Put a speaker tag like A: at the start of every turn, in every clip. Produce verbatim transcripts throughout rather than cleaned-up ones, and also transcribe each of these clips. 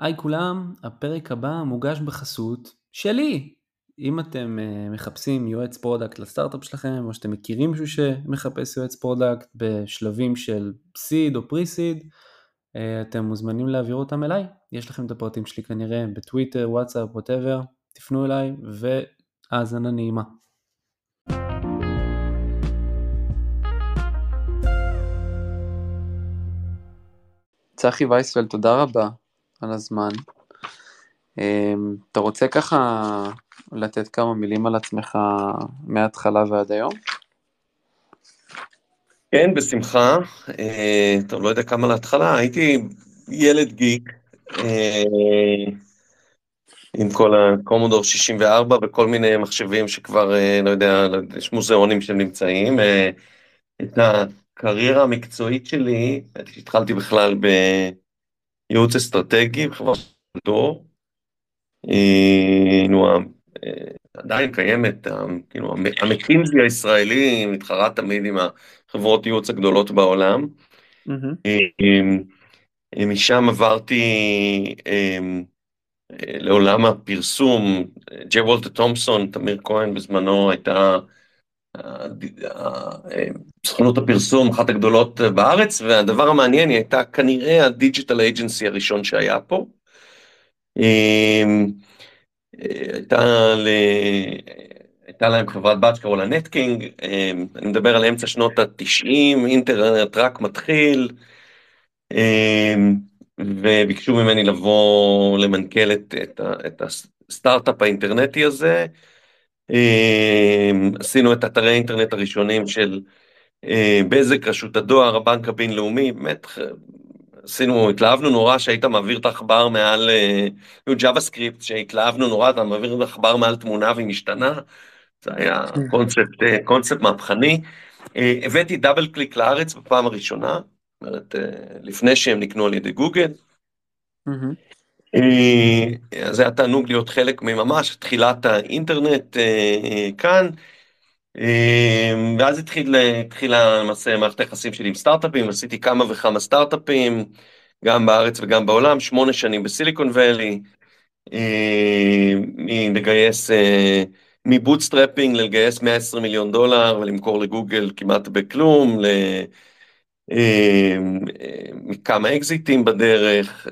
A: היי כולם, הפרק הבא מוגש בחסות שלי. אם אתם uh, מחפשים יועץ פרודקט לסטארט-אפ שלכם, או שאתם מכירים מישהו שמחפש יועץ פרודקט בשלבים של סיד או פרי-סיד, uh, אתם מוזמנים להעביר אותם אליי. יש לכם את הפרטים שלי כנראה בטוויטר, וואטסאפ, whatever, תפנו אליי והאזנה נעימה. צחי וייספלד, תודה רבה על הזמן. אתה רוצה ככה לתת כמה מילים על עצמך מההתחלה ועד היום?
B: כן, בשמחה. טוב, לא יודע כמה להתחלה, הייתי ילד גיק עם כל הקומודור שישים וארבע וכל מיני מחשבים שכבר, לא יודע, יש מוזיאונים שהם נמצאים. את הקריירה המקצועית שלי, התחלתי בכלל בייעוץ אסטרטגי, בחברת דור. נו, עדיין קיימת, כאילו, המקינזי הישראלי מתחרה תמיד עם החברות ייעוץ הגדולות בעולם. משם עברתי לעולם הפרסום, ג'יי וולטר תומפסון, תמיר כהן בזמנו הייתה סוכנות הפרסום, אחת הגדולות בארץ, והדבר המעניין, היא הייתה כנראה הדיג'יטל אייג'נסי הראשון שהיה פה. הייתה, ל... הייתה להם חברת בת שקראו לה נטקינג, אני מדבר על אמצע שנות ה-תשעים, אינטרנט רק מתחיל, וביקשו ממני לבוא למנכ"ל את, את, את הסטארט-אפ האינטרנטי הזה. עשינו את אתרי האינטרנט הראשונים של בזק, רשות הדואר, הבנק הבינלאומי, באמת עשינו, התלהבנו נורא שהיית מעביר את האחבר מעל, ג'אווה סקריפט, שהתלהבנו נורא, אתה מעביר את האחבר מעל תמונה והיא משתנה, זה היה קונספט, קונספט מהפכני. הבאתי דאבל קליק לארץ בפעם הראשונה, זאת אומרת, לפני שהם נקנו על ידי גוגל. זה היה תענוג להיות חלק מממש, תחילת האינטרנט כאן, ואז התחיל, התחילה למעשה מערכת היחסים שלי עם סטארט-אפים, עשיתי כמה וכמה סטארט-אפים, גם בארץ וגם בעולם, שמונה שנים בסיליקון ואלי, לגייס, מבוטסטרפינג לגייס מאה ועשרים מיליון דולר, ולמכור לגוגל כמעט בכלום, מכמה אקזיטים בדרך,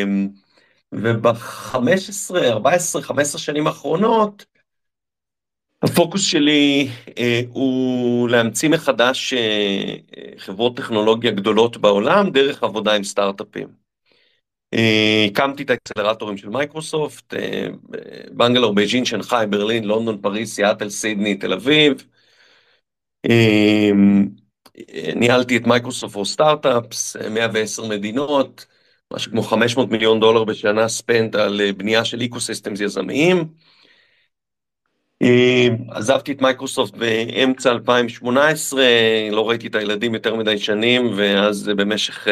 B: וב-חמש עשרה, ארבע עשרה, חמש עשרה שנים האחרונות, הפוקוס שלי אה, הוא להמציא מחדש אה, חברות טכנולוגיה גדולות בעולם, דרך עבודה עם סטארט-אפים. אה, הקמתי את האקסלרטורים של מייקרוסופט, אה, בנגלור, בייג'ין, שנגחאי, ברלין, לונדון, פריז, סיאטל, סידני, תל אביב. אה, ניהלתי את מייקרוסופט פור סטארט-אפס, מאה ועשר מדינות, משהו כמו חמש מאות מיליון דולר בשנה ספנט על בנייה של איקוסיסטמס יזמיים. עזבתי את מייקרוסופט באמצע אלפיים שמונה עשרה, לא ראיתי את הילדים יותר מדי שנים, ואז במשך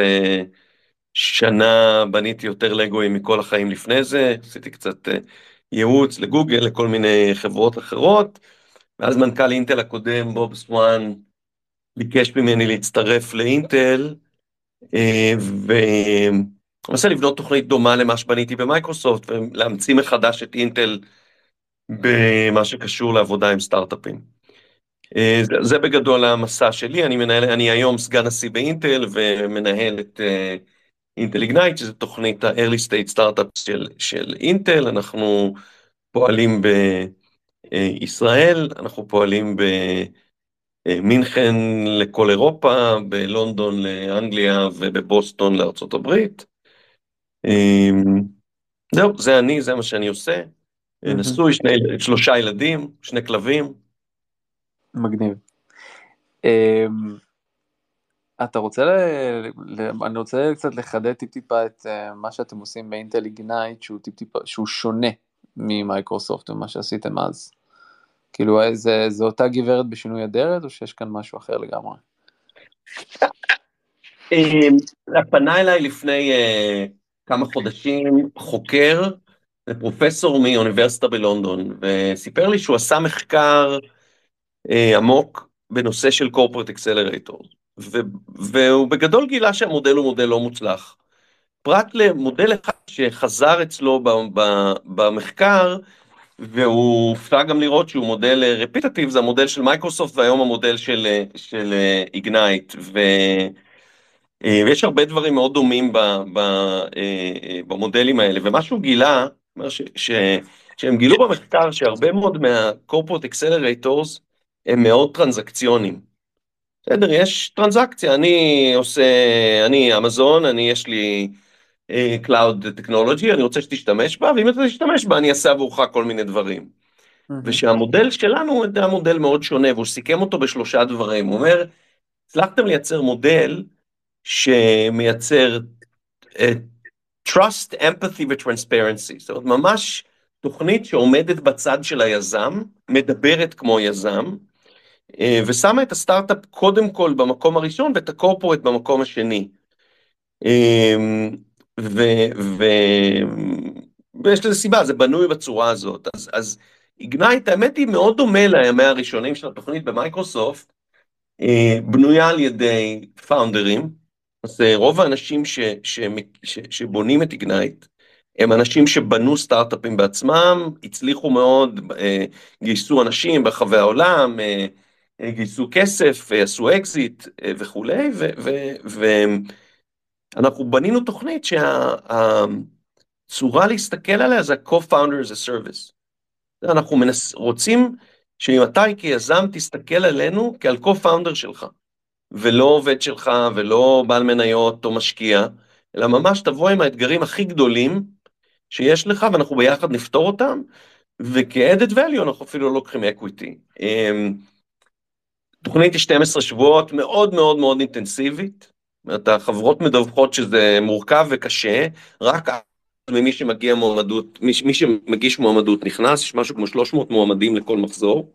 B: שנה בניתי יותר לגויים מכל החיים לפני זה, עשיתי קצת ייעוץ לגוגל, לכל מיני חברות אחרות, ואז מנכ"ל אינטל הקודם, בוב סואן, ביקש ממני להצטרף לאינטל, ומנסה לבנות תוכנית דומה למה שבניתי במייקרוסופט, ולהמציא מחדש את אינטל, במה שקשור לעבודה עם סטארט-אפים. זה בגדול המסע שלי, אני מנהל, אני היום סגן נשיא באינטל, ומנהל את אינטל איגנייט, שזו תוכנית ה-early stage startup של, של אינטל, אנחנו פועלים בישראל, אנחנו פועלים במינכן לכל אירופה, בלונדון לאנגליה, ובבוסטון לארצות הברית. זהו, זה אני, זה מה שאני עושה. נשוי, שני, שלושה ילדים, שני כלבים.
A: מגניב. אתה רוצה, אני רוצה קצת לחדד טיפ-טיפה את מה שאתם עושים באינטל איגנייט, שהוא טיפ-טיפה, שהוא שונה ממייקרוסופט ומה שעשיתם אז. כאילו, זה, זה אותה גברת בשינוי אדרת, או שיש כאן משהו אחר לגמרי?
B: פנה אליי לפני כמה חודשים חוקר, פרופסור מאוניברסיטה בלונדון, וסיפר לי שהוא עשה מחקר עמוק בנושא של corporate accelerator, והוא בגדול גילה שהמודל הוא מודל לא מוצלח. פרט למודל אחד שחזר אצלו במחקר, והוא הופתע גם לראות שהוא מודל רפיטטיב, זה המודל של מייקרוסופט, והיום המודל של, של איגנייט, ו... ויש הרבה דברים מאוד דומים ב, ב, במודלים האלה, ומה שהוא גילה, ש, ש, שהם גילו במחקר שהרבה מאוד מה-corporate accelerators הם מאוד טרנזקציונים. בסדר, יש טרנזקציה, אני עושה, אני אמזון, אני יש לי uh, Cloud Technology, אני רוצה שתשתמש בה, ואם אתה תשתמש בה, אני אעשה עבורך כל מיני דברים. Mm-hmm. ושהמודל שלנו הוא מודל מאוד שונה, והוא סיכם אותו בשלושה דברים. הוא אומר, הצלחתם לייצר מודל שמייצר uh, trust, empathy ו-transparency. זאת אומרת, ממש תוכנית שעומדת בצד של היזם, מדברת כמו יזם, ושמה את הסטארט-אפ קודם כל במקום הראשון, ואת הקורפורט במקום השני. ו, ו, ויש לזה סיבה, זה בנוי בצורה הזאת. אז, אז איגנייט, האמת היא מאוד דומה לימי הראשונים של התוכנית במייקרוסופט, בנויה על ידי פאונדרים, אז רוב האנשים ש, ש, ש, שבונים את איגנייט, הם אנשים שבנו סטארט-אפים בעצמם, הצליחו מאוד, גייסו אנשים ברחבי העולם, גייסו כסף, עשו אקזיט וכולי, ואנחנו בנינו תוכנית שהצורה להסתכל עליה זה ה-co-founder as a service. אנחנו מנס, רוצים שאם אתה כיזם תסתכל עלינו כעל co-founder שלך, ולא עובד שלך, ולא בעל מניות או משקיע, אלא ממש תבוא עם האתגרים הכי גדולים שיש לך, ואנחנו ביחד נפתור אותם, וכ-added value אנחנו אפילו לא לוקחים equity. תוכנית היא שנים עשר שבועות, מאוד מאוד מאוד אינטנסיבית, החברות מדווחות שזה מורכב וקשה, רק ממי שמגיע מועמדות, מי, מי שמגיש מועמדות נכנס, יש משהו כמו שלוש מאות מועמדים לכל מחזור,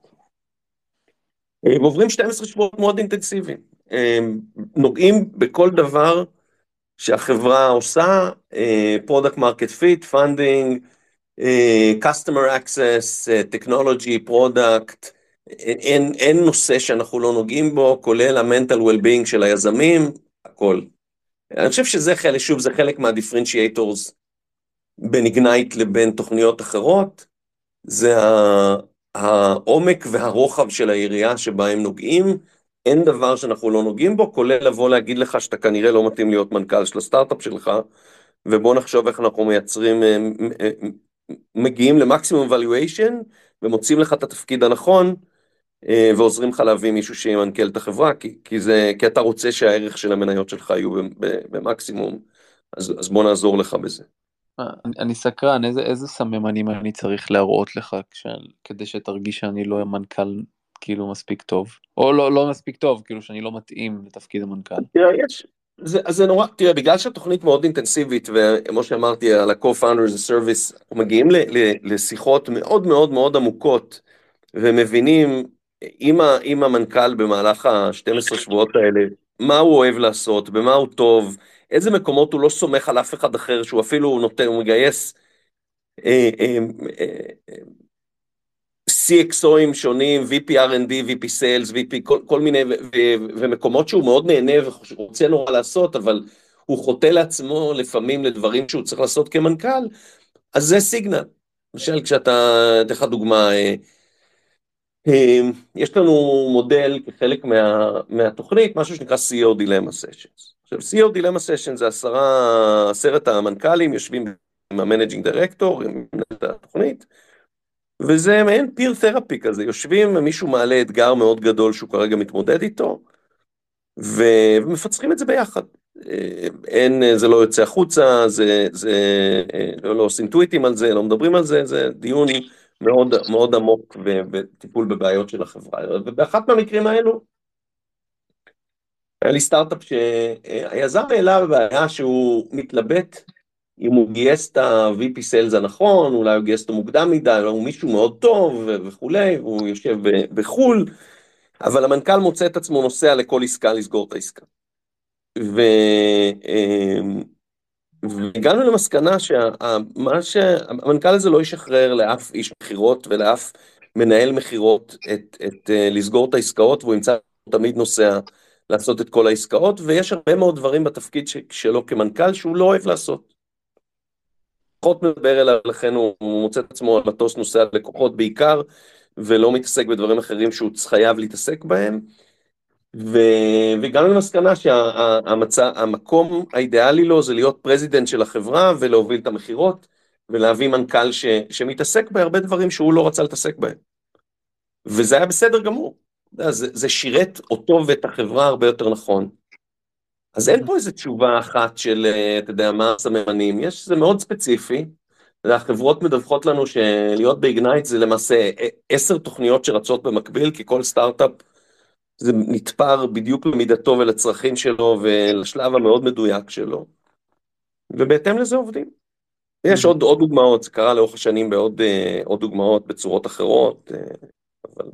B: ועוברים שנים עשר שבועות מאוד אינטנסיביים, נוגעים בכל דבר שהחברה עושה, product market fit, funding, customer access, technology, product, אין, אין נושא שאנחנו לא נוגעים בו, כולל ה-mental well-being של היזמים, הכל. אני חושב שזה חלק, שוב, זה חלק מה-differentiators בין איגנייט לבין תוכניות אחרות, זה העומק והרוחב של העירייה שבה הם נוגעים, אין דבר שאנחנו לא נוגעים בו, כולל לבוא להגיד לך שאתה כנראה לא מתאים להיות מנכ"ל של הסטארט-אפ שלך, ובוא נחשוב איך אנחנו מייצרים, מגיעים למקסימום valuation, ומוצאים לך את התפקיד הנכון, ועוזרים לך להביא מישהו שימנכ"ל את החברה, כי, כי, זה, כי אתה רוצה שהערך של המניות שלך יהיו במקסימום, אז, אז בוא נעזור לך בזה.
A: אני, אני סקרן, איזה, איזה סממנים אני צריך להראות לך, כש, כדי שתרגיש שאני לא מנכ"ל כאילו מספיק טוב, או לא, לא מספיק טוב, כאילו שאני לא מתאים לתפקיד המנכ"ל.
B: תראה, יש, זה, אז זה נורא, תראה, בגלל שהתוכנית מאוד אינטנסיבית, וכמו שאמרתי, על ה-co-founders a service, אנחנו מגיעים ל, ל, לשיחות מאוד מאוד מאוד עמוקות, ומבינים, עם, ה, עם המנכ"ל במהלך ה-שנים עשר שבועות האלה, מה הוא אוהב לעשות, במה הוא טוב, איזה מקומות הוא לא סומך על אף אחד אחר, שהוא אפילו נותן, הוא מגייס, אה, אה, אה, סי אקס או'ים שונים, וי פי אר אנד די, וי פי Sales, וי פי, כל, כל מיני, ו, ו, ומקומות שהוא מאוד נהנה ורוצה נורא לעשות, אבל הוא חוטא לעצמו לפעמים לדברים שהוא צריך לעשות כמנכ"ל, אז זה סיגנל. למשל, כשאתה, אתן לך דוגמה, יש לנו מודל כחלק מה, מהתוכנית, משהו שנקרא סי אי או Dilemma Sessions. עכשיו, סי אי או Dilemma Sessions זה עשרה, עשרת המנכ"לים, יושבים עם המנג'ינג דירקטור, עם התוכנית, וזה מעין פיר תרפי כזה, יושבים, מישהו מעלה אתגר מאוד גדול שהוא כרגע מתמודד איתו, ומפצחים את זה ביחד. אין, זה לא יוצא החוצה, זה, זה, לא, לא עושים טוויטים על זה, לא מדברים על זה, זה דיון מאוד, מאוד עמוק וטיפול בבעיות של החברה. ובאחת מהמקרים האלו, היה לי סטארט-אפ שהיזם העלה בבעיה שהוא מתלבט, אם הוא גייס את ה-וי פי Sales הנכון, אולי הוא גייס אותו מוקדם מדי, אולי הוא מישהו מאוד טוב וכולי, והוא יושב בחול, אבל המנכ"ל מוצא את עצמו נוסע לכל עסקה לסגור את העסקה. והגענו למסקנה שמה שהמנכ"ל הזה לא ישחרר לאף איש מחירות ולאף מנהל מחירות את, את לסגור את העסקאות, והוא ימצא תמיד נוסע לעשות את כל העסקאות, ויש הרבה מאוד דברים בתפקיד שלו כמנכ"ל שהוא לא אוהב לעשות. פחות מדבר אליו, לכן הוא, הוא מוצא את עצמו על מטוס נוסע על לקוחות בעיקר, ולא מתעסק בדברים אחרים שהוא חייב להתעסק בהם, ו... וגם למסקנה שהמקום האידיאלי לו זה להיות פרזידנט של החברה, ולהוביל את המחירות, ולהביא מנכ"ל ש... שמתעסק בהרבה דברים שהוא לא רצה להתעסק בהם. וזה היה בסדר גמור. זה, זה שירת אותו ואת החברה הרבה יותר נכון. אז אין פה איזו תשובה אחת של, אתה יודע, מה הסממנים, יש, זה מאוד ספציפי, החברות מדווחות לנו שלהיות באיגנייט זה למעשה עשר תוכניות שרצות במקביל, כי כל סטארט-אפ זה נתפר בדיוק למידתו ולצרכים שלו ולשלב המאוד מדויק שלו, ובהתאם לזה עובדים. יש עוד, עוד דוגמאות, זה קרה לאורך השנים בעוד עוד דוגמאות בצורות אחרות, אבל...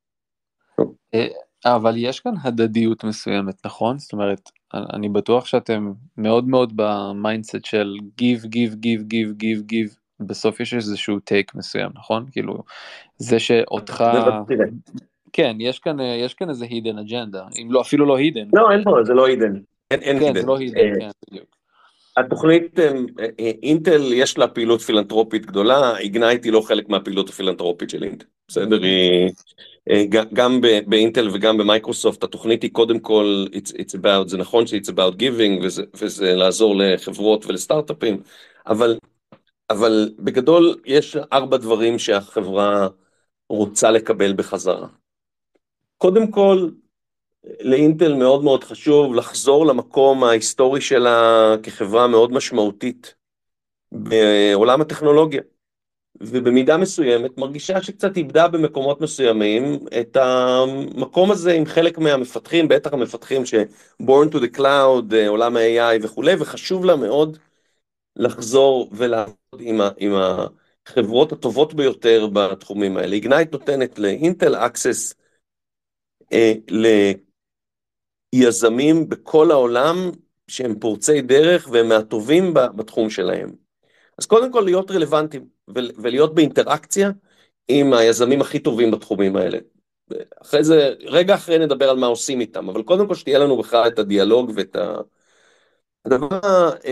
A: אבל יש כאן הדדיות מסוימת, נכון? זאת אומרת, אני בטוח שאתם מאוד מאוד במיינדסט של give, give, give, give, give, give, בסוף יש איזשהו טייק מסוים, נכון? כאילו, זה שאותך... כן, יש כאן, יש כאן איזה הידן אג'נדה, אם לא, אפילו לא הידן.
B: לא, אין פה, זה לא הידן. אין, אין
A: כן,
B: הידן.
A: זה לא הידן, כן, בדיוק.
B: התוכנית, אינטל יש לה פעילות פילנטרופית גדולה, איגנייט היא לא חלק מהפעילות הפילנטרופית של אינטל. בסדר, היא... גם באינטל וגם במייקרוסופט, התוכנית היא קודם כל, it's, it's about, זה נכון ש-it's about giving, וזה, וזה לעזור לחברות ולסטארט-אפים, אבל, אבל בגדול יש ארבע דברים שהחברה רוצה לקבל בחזרה. קודם כל, לאינטל מאוד מאוד חשוב לחזור למקום ההיסטורי שלה כחברה מאוד משמעותית בעולם הטכנולוגיה. ובמידה מסוימת מרגישה שקצת איבדה במקומות מסוימים את המקום הזה עם חלק מהמפתחים, בטח המפתחים ש-born to the cloud, עולם ה-איי איי וכו', וחשוב לה מאוד לחזור ולעבוד עם, ה- עם החברות הטובות ביותר בתחומים האלה. איגנייט נותנת לאינטל access אה, ליזמים בכל העולם שהם פורצי דרך והם מהטובים בתחום שלהם. אז קודם כל להיות רלוונטיים ולהיות באינטראקציה עם היזמים הכי טובים בתחומים האלה. אחרי זה, רגע אחרי נדבר על מה עושים איתם, אבל קודם כל שתהיה לנו בכלל את הדיאלוג ואת ה... הדבר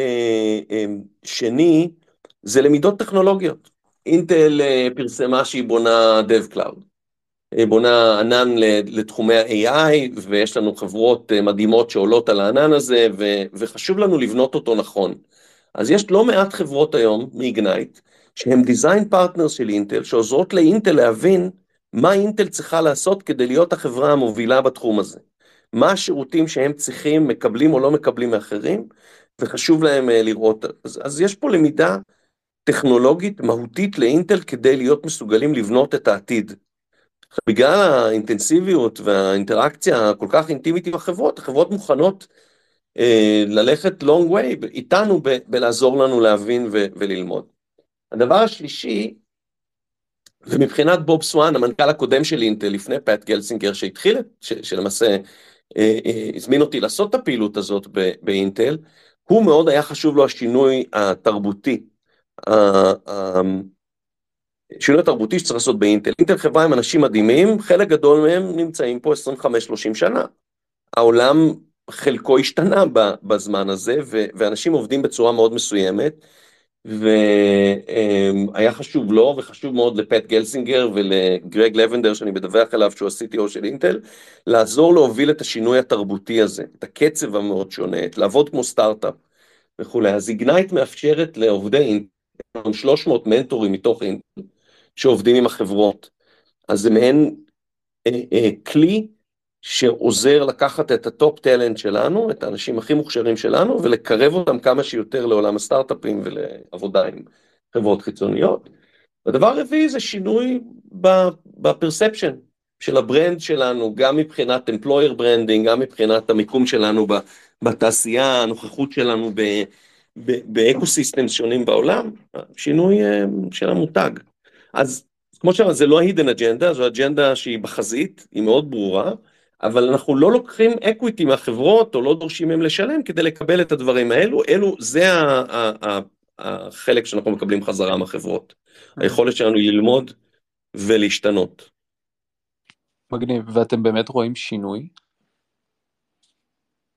B: השני זה למידות טכנולוגיות. אינטל פרסמה שהיא בונה Dev Cloud, בונה ענן לתחומי ה-איי איי, ויש לנו חברות מדהימות שעולות על הענן הזה, וחשוב לנו לבנות אותו נכון. אז יש לא מעט חברות היום מאיגנייט, שהם דיזיין פרטנר של אינטל, שעוזרות לאינטל להבין מה אינטל צריכה לעשות כדי להיות החברה המובילה בתחום הזה. מה השירותים שהם צריכים, מקבלים או לא מקבלים מאחרים, וחשוב להם לראות. אז, אז יש פה למידה טכנולוגית מהותית לאינטל כדי להיות מסוגלים לבנות את העתיד. בגלל האינטנסיביות והאינטראקציה הכל כך אינטימית עם החברות, החברות מוכנות ללכת long way איתנו ב- בלעזור לנו להבין ו- וללמוד. הדבר השלישי, ומבחינת בוב סואן, המנכ"ל הקודם של אינטל, לפני פאט גלסינגר שהתחיל, ש- שלמעשה אה, אה, הזמין אותי לעשות את הפעילות הזאת ב- באינטל, הוא מאוד היה חשוב לו השינוי התרבותי, השינוי התרבותי שצריך לעשות באינטל. אינטל חברה עם אנשים מדהימים, חלק גדול מהם נמצאים פה עשרים וחמש שלושים שנה. העולם חלקו השתנה בזמן הזה, ואנשים עובדים בצורה מאוד מסוימת, והיה חשוב לו, וחשוב מאוד לפט גלסינגר ולגרג לבנדר, שאני מדווח עליו שהוא ה-סי טי או של אינטל, לעזור להוביל את השינוי התרבותי הזה, את הקצב המאוד שונה, לעבוד כמו סטארט-אפ וכו'. אז איגנייט מאפשרת לעובדי אינטל, שלוש מאות מנטורים מתוך אינטל, שעובדים עם החברות. אז זה מעין אה, אה, כלי, שעוזר לקחת את הטופ טלנט שלנו, את האנשים הכי מוכשרים שלנו, ולקרב אותם כמה שיותר לעולם הסטארט-אפים ולעבודה עם חברות חיצוניות. הדבר הרביעי זה שינוי בפרספשן של הברנד שלנו, גם מבחינת employer branding, גם מבחינת המיקום שלנו בתעשייה, הנוכחות שלנו באקוסיסטם שונים בעולם, שינוי של המותג. אז כמו שאמרת, זה לא הידן אג'נדה, זו אג'נדה שהיא בחזית, היא מאוד ברורה, אבל אנחנו לא לוקחים אקוויטי מהחברות, או לא דורשים מהם לשלם, כדי לקבל את הדברים האלו, אלו, זה ה, ה, ה, החלק שאנחנו מקבלים חזרה מהחברות. היכולת שלנו היא ללמוד ולהשתנות.
A: מגניב, ואתם באמת רואים שינוי?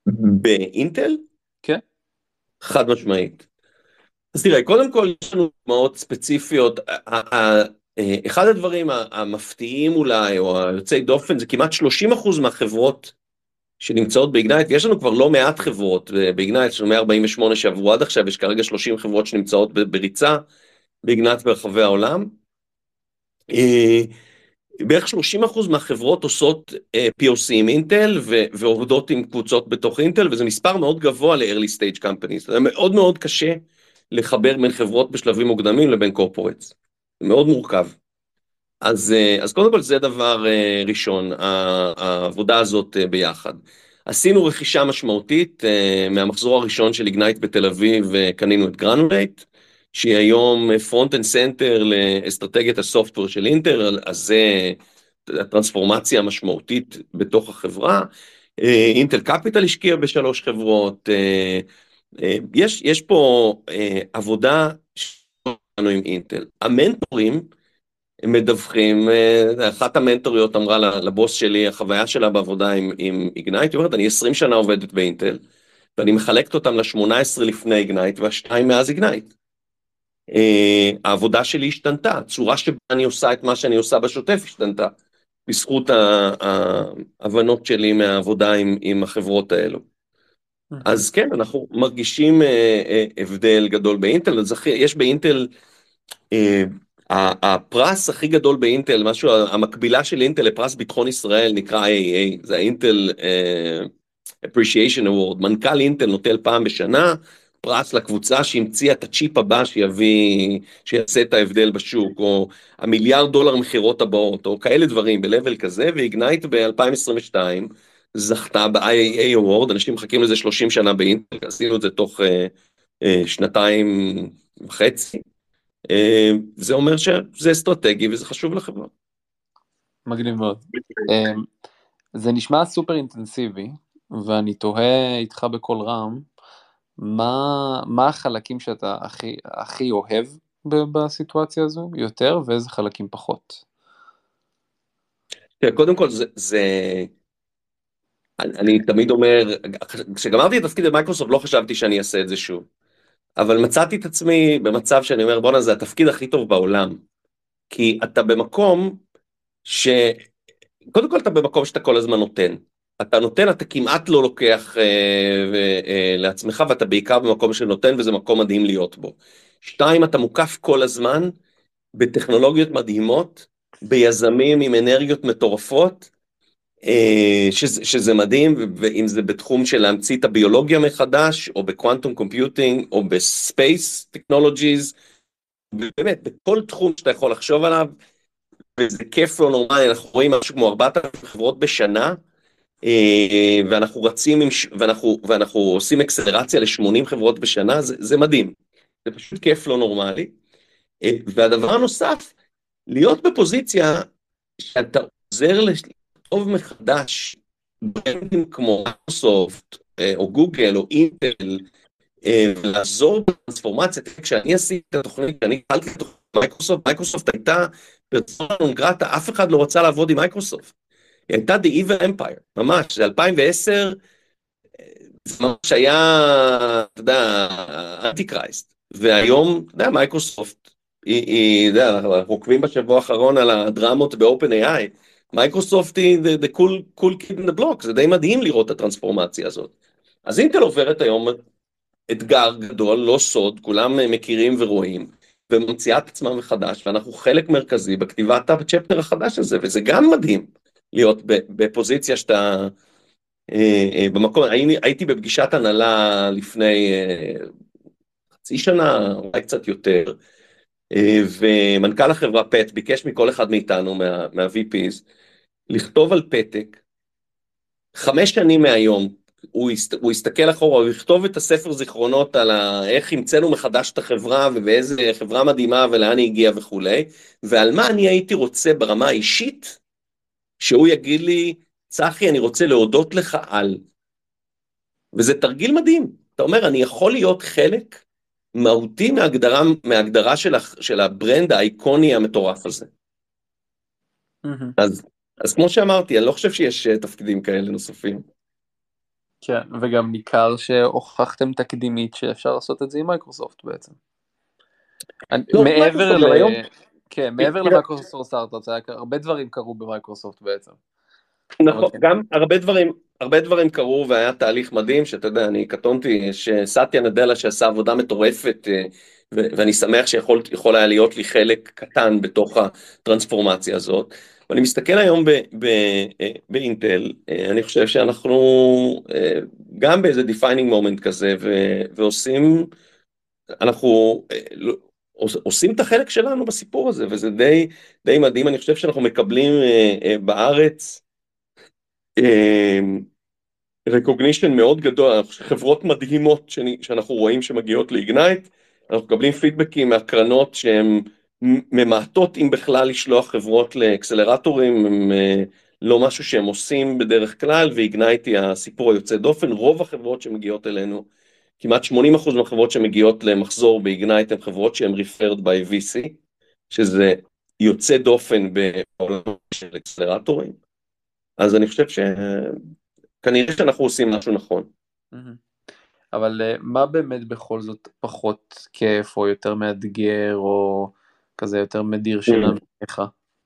B: באינטל?
A: כן.
B: חד משמעית. אז תראה, קודם כל יש לנו דוגמאות ספציפיות. ה- ה- אה, אחד הדברים המפתיעים אולי, או היוצאי דופן, זה כמעט שלושים אחוז מהחברות שנמצאות באיגנייט, ויש לנו כבר לא מעט חברות באיגנייט, יש לנו מאה ארבעים ושמונה שעברו עד עכשיו, יש כרגע שלושים חברות שנמצאות ב- בריצה באיגנייט ברחבי העולם. אה, בערך שלושים אחוז מהחברות עושות אה, פי או סי עם אינטל ו- ועובדות עם קבוצות בתוך אינטל, וזה מספר מאוד גבוה ל-early stage companies. זה מאוד מאוד קשה לחבר בין חברות בשלבים מוקדמים לבין corporates. זה מאוד מורכב. אז, אה, אז קודם כל זה דבר אה, ראשון, ה- העבודה הזאת אה, ביחד. עשינו רכישה משמעותית, אה, מהמחזור הראשון של איגנייט בתל אביב, אה, קנינו את גרנולייט, שהיא היום פרונט אנד סנטר לאסטרטגיית הסופטוור של אינטל, אז זה הטרנספורמציה המשמעותית בתוך החברה. אה, אינטל קפיטל השקיע בשלוש חברות, אה, אה, יש, יש פה אה, עבודה שלנו עם אינטל. המנטורים, הם מדווחים, אה, אחת המנטוריות אמרה לבוס שלי, החוויה שלה בעבודה עם, עם איגנייט, היא אומרת, אני עשרים שנה עובדת באינטל, ואני מחלקת אותם ל-שמונה עשרה לפני איגנייט, והשתיים מאז איגנייט. Uh, העבודה שלי השתנתה, הצורה שבה אני עושה את מה שאני עושה בשוטף השתנתה, בזכות ההבנות שלי מהעבודה עם, עם החברות האלו. אז כן, אנחנו מרגישים uh, uh, הבדל גדול באינטל, אז יש באינטל, אה, הפרס הכי גדול באינטל, משהו, המקבילה של אינטל לפרס ביטחון ישראל נקרא איי איי איי, זה האינטל Appreciation Award, מנכ"ל אינטל נוטל פעם בשנה, פרס לקבוצה שהמציאה את הצ'יפ הבא שיביא, שיעשה את ההבדל בשוק, או המיליארד דולר מחירות הבאות, או כאלה דברים ב-level כזה, ואיגנייט ב-אלפיים עשרים ושתיים זכתה ב-איי איי איי Award, אנשים מחכים לזה שלושים שנה באינטל, עשינו את זה תוך uh, uh, שנתיים וחצי, זה אומר שזה אסטרטגי וזה חשוב לחברה.
A: מגניב מאוד. זה נשמע סופר אינטנסיבי, ואני תוהה איתך בכל רם, מה, מה החלקים שאתה הכי, הכי אוהב בסיטואציה הזו יותר, ואיזה חלקים פחות?
B: קודם כל זה, זה... אני תמיד אומר, כשגמרתי את תפקיד במייקרוסופט לא חשבתי שאני אעשה את זה שוב. אבל מצאתי את עצמי במצב שאני אומר, בוא'נה, זה התפקיד הכי טוב בעולם. כי אתה במקום ש... קודם כל אתה במקום שאתה כל הזמן נותן. אתה נותן, אתה כמעט לא לוקח אה, אה, לעצמך, ואתה בעיקר במקום שנותן, וזה מקום מדהים להיות בו. שתיים, אתה מוקף כל הזמן בטכנולוגיות מדהימות, ביזמים עם אנרגיות מטורפות, אה, שזה, שזה מדהים, ואם זה בתחום של להמציא את הביולוגיה מחדש, או בקוונטום קומפיוטינג, או בספייס טכנולוגיז, באמת, בכל תחום שאתה יכול לחשוב עליו, וזה כיף לא נורמלי, אנחנו רואים משהו כמו ארבעת אלפים חברות בשנה, אה, ואנחנו רצים, עם, ואנחנו, ואנחנו עושים אקסלרציה ל-שמונים חברות בשנה, זה, זה מדהים. זה פשוט כיף לא נורמלי. אה, והדבר הנוסף, להיות בפוזיציה שאתה עוזר לכתוב מחדש ברנדים כמו מייקרוסופט, אה, או גוגל, או אינטל, אה, ולעזור בטרנספורמציה. כשאני עשיתי את התוכנית, כשאני התחלתי את התוכנית מייקרוסופט, מייקרוסופט הייתה פרסונה נון גרטה, אף אחד לא רצה לעבוד עם מייקרוסופט. היא הייתה The Evil Empire, ממש, זה אלפיים ועשר, זה ממש היה, אתה יודע, אנטי קרייסט. והיום, אתה יודע, מייקרוסופט, היא, היא, אתה יודע, אנחנו עוקבים בשבוע האחרון על הדרמות באופן איי איי, מייקרוסופט היא the, the cool, cool kid in the block, זה די מדהים לראות את הטרנספורמציה הזאת. אז אינטל עוברת היום אתגר גדול, לא סוד, כולם מכירים ורואים, וממציאה את עצמם מחדש, ואנחנו חלק מרכזי בכתיבת הצ'פטר החדש הזה, וזה גם מדהים להיות בפוזיציה שאתה אה, אה, במקום, הייתי, הייתי בפגישת הנהלה לפני אה, חצי שנה, אולי קצת יותר, אה, ומנכ"ל החברה פט ביקש מכל אחד מאיתנו, מה, מה-וי פי'ס, לכתוב על פתק, חמש שנים מהיום, הוא, יסת, הוא יסתכל אחורה, הוא יכתוב את הספר זיכרונות על ה, איך המצאנו מחדש את החברה, ובאיזה חברה מדהימה ולאן היא הגיעה וכולי, ועל מה אני הייתי רוצה ברמה האישית, שהוא יגיד לי, צחי, אני רוצה להודות לך על. וזה תרגיל מדהים. אתה אומר, אני יכול להיות חלק מהותי מהגדרה, מהגדרה של, של הברנד האיקוני המטורף הזה.
A: Mm-hmm.
B: אז, אז כמו שאמרתי, אני לא חושב שיש תפקידים כאלה נוספים.
A: כן, וגם ניכר שהוכחתם תקדימית שאפשר לעשות את זה עם מייקרוסופט בעצם. אני-
B: לא רק
A: מעבר
B: מייקרוסופט,
A: ל...
B: גם היום,
A: כן, מעבר למייקרוסופט סטארט-אפ, זה היה הרבה דברים קרו במייקרוסופט בעצם. זאת אומרת,
B: נכון,
A: כן.
B: גם הרבה דברים, הרבה דברים קרו והיה תהליך מדהים, שאתה יודע, אני קטונתי, שסטיה נדלה שעשה עבודה מטורפת, אה, ו- ואני שמח שיכול יכול היה להיות לי חלק קטן בתוך הטרנספורמציה הזאת. ואני מסתכל היום ב- ב- אה, באינטל, אה, אני חושב שאנחנו אה, גם באיזה defining moment כזה, ו- ועושים, אנחנו אה, לא- עוש- עושים את החלק שלנו בסיפור הזה, וזה די, די מדהים. אני חושב שאנחנו מקבלים אה, אה, בארץ, recognition מאוד גדול, חברות מדהימות שאני, שאנחנו רואים שמגיעות לאיגנייט, אנחנו מקבלים פידבקים מהקרנות שהן ממעטות אם בכלל לשלוח חברות לאקסלרטורים, הם אה, לא משהו שהם עושים בדרך כלל, ואיגנייט היא הסיפור היוצא דופן. רוב החברות שמגיעות אלינו, כמעט שמונים אחוז מהחברות שמגיעות למחזור באיגנייט הן חברות שהן referred by וי סי, שזה יוצא דופן בעולם של אקסלרטורים. אז אני חושב ש... כנראה שאנחנו עושים משהו נכון.
A: מהמם. אבל אה, מה באמת בכל זאת פחות כיף, או יותר מאתגר, או כזה יותר מדיר שינה ממך?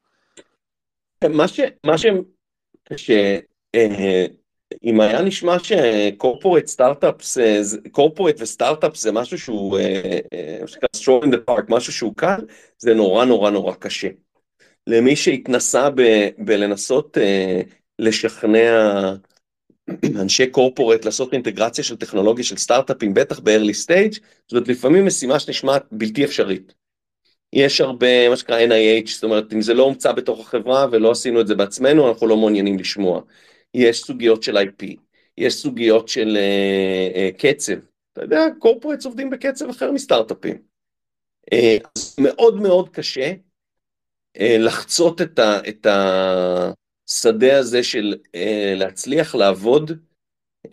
B: מה ש... מה ש... ש... אה, אם היה נשמע שקורפורט סטארט-אפס, קורפורט וסטארט-אפס זה משהו שהוא, אה, אה, מה שנקרא stroll in the park, משהו שהוא קל, זה נורא נורא נורא קשה. למי שהתנסה ב... בלנסות אה, לשכנע אנשי קורפורט לעשות אינטגרציה של טכנולוגיה של סטארט-אפים, בטח ב-early stage, זאת לפעמים משימה שנשמעת בלתי אפשרית. יש הרבה, מה שנקרא אן איי אייץ', זאת אומרת, אם זה לא הומצא בתוך החברה ולא עשינו את זה בעצמנו, אנחנו לא מעוניינים לשמוע. יש סוגיות של איי פי, יש סוגיות של uh, uh, קצב. אתה יודע, קורפורטס עובדים בקצב אחר מסטארט-אפים. Uh, אז מאוד מאוד קשה uh, לחצות את, ה, את השדה הזה של uh, להצליח לעבוד uh,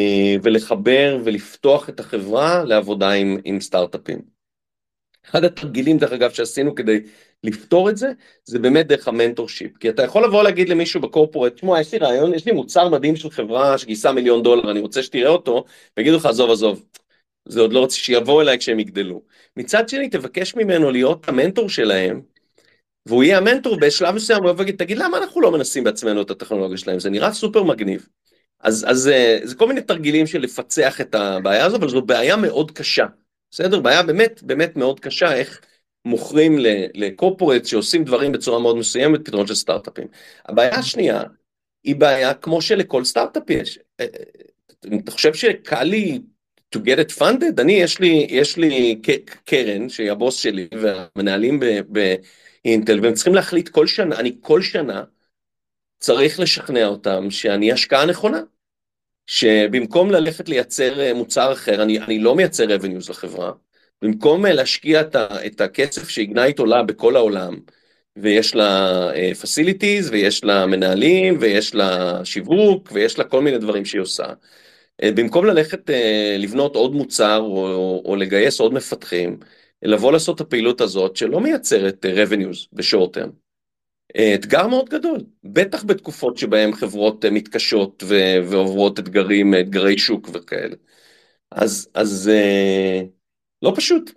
B: ולחבר ולפתוח את החברה לעבודה עם, עם סטארט-אפים. אחד התרגילים, דרך אגב, שעשינו כדי לפתור את זה, זה באמת דרך המנטורשיפ. כי אתה יכול לבוא להגיד למישהו בקורפורט, תשמע, יש לי רעיון, יש לי מוצר מדהים של חברה שגייסה מיליון דולר, אני רוצה שתראה אותו, ויגידו לך, עזוב, עזוב, זה עוד לא רוצה שיבואו אליי כשהם יגדלו. מצד שני, תבקש ממנו להיות המנטור שלהם, והוא יהיה המנטור בשלב מסוים, הוא יגיד, תגיד, למה אנחנו לא מנסים בעצמנו את הטכנולוגיה שלהם? זה נראה סופר מגניב. אז, אז זה כל מיני תרגילים של לפצח את הבעיה הזו, אבל זו בעיה מאוד קשה. בסדר? בעיה באמת, באמת מאוד קשה, איך מוכרים לקורפורט שעושים דברים בצורה מאוד מסוימת, פתרון של סטארט-אפים. הבעיה השנייה, היא בעיה כמו שלכל סטארט-אפ יש. אתה חושב שקל לי to get it funded? אני, יש לי, יש לי קרן, שהיא הבוס שלי, והמנהלים באינטל, והם צריכים להחליט כל שנה, אני כל שנה צריך לשכנע אותם שאני השקעה נכונה. שבמקום ללכת לייצר מוצר אחר, אני, אני לא מייצר revenues לחברה, במקום להשקיע את, ה, את הכסף שאיגנייט עולה בכל העולם, ויש לה uh, facilities, ויש לה מנהלים, ויש לה שיווק, ויש לה כל מיני דברים שהיא עושה. Uh, במקום ללכת uh, לבנות עוד מוצר, או, או, או לגייס עוד מפתחים, לבוא לעשות את הפעילות הזאת, שלא מייצרת uh, revenues בשורט טרם. אתגר מאוד גדול, בטח בתקופות שבהן חברות מתקשות ו- ועוברות אתגרים, אתגרי שוק וכאלה. אז, אז אה, לא פשוט,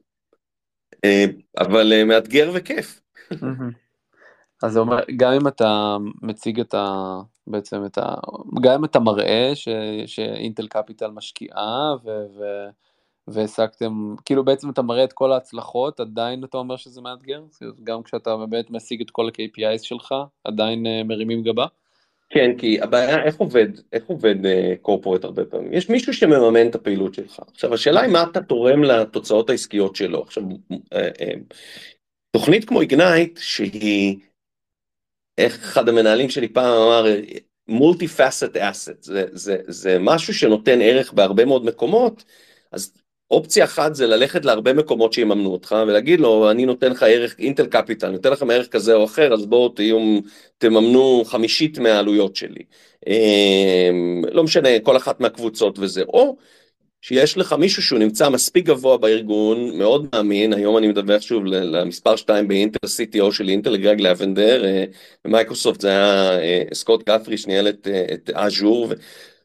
B: אה, אבל אה, מאתגר וכיף.
A: מהמם. אז זה אומר, גם אם אתה מציג את ה... בעצם את ה... גם אם אתה מראה ש... שאינטל קפיטל משקיעה ו... ו... והעסקתם, כאילו בעצם אתה מראה את כל ההצלחות, עדיין אתה אומר שזה מאתגר? גם כשאתה באמת משיג את כל ה-קיי פי איז שלך, עדיין uh, מרימים גבה?
B: כן, כי הבעיה, איך עובד, איך עובד קורפורט הרבה פעמים? יש מישהו שמממן את הפעילות שלך. עכשיו, השאלה היא מה אתה תורם לתוצאות העסקיות שלו. עכשיו, אה, אה, תוכנית כמו איגנייט, שהיא איך אחד המנהלים שלי פעם אמר, multi-facet asset, זה, זה, זה משהו שנותן ערך בהרבה מאוד מקומות, אז אופציה אחת זה ללכת להרבה מקומות שיממנו אותך, ולהגיד לו, אני נותן לך ערך, אינטל קפיטל, נותן לכם ערך כזה או אחר, אז בואו תהיו, תממנו חמישית מהעלויות שלי. לא משנה, כל אחת מהקבוצות וזה, או שיש לך מישהו שהוא נמצא מספיק גבוה בארגון, מאוד מאמין, היום אני מדווח שוב למספר שתיים באינטל, סי טי או של אינטל, גרג לאבנדר, במייקרוסופט זה היה סקוט גת'רי שניהל את, את אז'ור,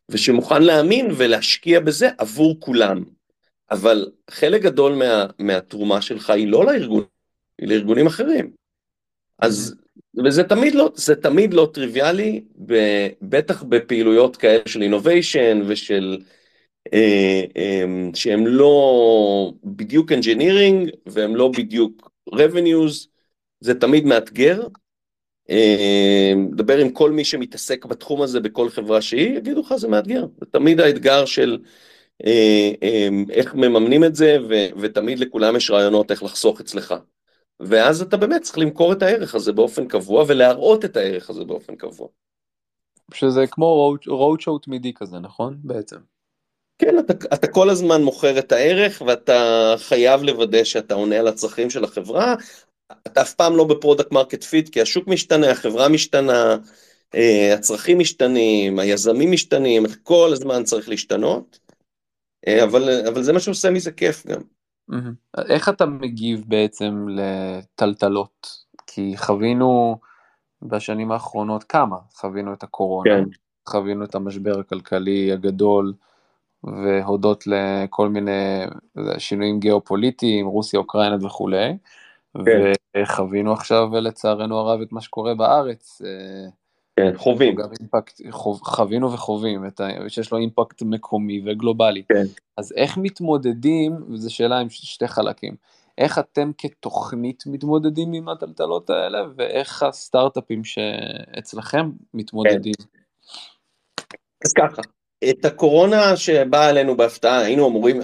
B: ושמוכן להאמין ולהשקיע בזה עבור כולם. אבל חלק גדול מה, מהתרומה שלך היא לא לארגון, היא לארגונים אחרים. אז, וזה תמיד לא, זה תמיד לא טריוויאלי, בטח בפעילויות כאלה של innovation ושל, אה, אה, שהם לא בדיוק engineering, והם לא בדיוק revenues, זה תמיד מאתגר. אה, דבר עם כל מי שמתעסק בתחום הזה בכל חברה שהיא, יגידו לך זה מאתגר. זה תמיד האתגר של אה, אה, איך מממנים את זה, ו, ותמיד לכולם יש רעיונות איך לחסוך אצלך. ואז אתה באמת צריך למכור את הערך הזה באופן קבוע, ולהראות את הערך הזה באופן קבוע.
A: שזה כמו road show תמידי כזה, נכון? בעצם.
B: כן, אתה, אתה כל הזמן מוכר את הערך, ואתה חייב לוודא שאתה עונה על הצרכים של החברה. אתה אף פעם לא בפרודקט מרקט פיט, כי השוק משתנה, החברה משתנה, הצרכים משתנים, היזמים משתנים, כל הזמן צריך להשתנות, אבל, אבל זה מה שעושה מזה כיף גם.
A: איך אתה מגיב בעצם לטלטלות? כי חווינו בשנים האחרונות כמה? חווינו את הקורונה, כן. חווינו את המשבר הכלכלי הגדול, והודות לכל מיני שינויים גיאופוליטיים, רוסיה, אוקראינה וכו'. כן. וחווינו עכשיו לצערנו הרב את מה שקורה בארץ.
B: כן, חווים.
A: אימפקט, חוב, חווינו וחווים, את ה, שיש לו אימפקט מקומי וגלובלי.
B: כן.
A: אז איך מתמודדים, וזו שאלה עם שתי חלקים, איך אתם כתוכנית מתמודדים עם הטלטלות האלה, ואיך הסטארט-אפים שאצלכם מתמודדים? כן.
B: אז ככה, את הקורונה שבאה עלינו בהפתעה, היינו אמורים,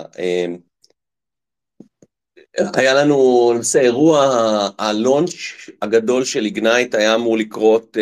B: היה לנו למעשה אירוע, הלונץ' הגדול של איגנייט היה אמור לקרות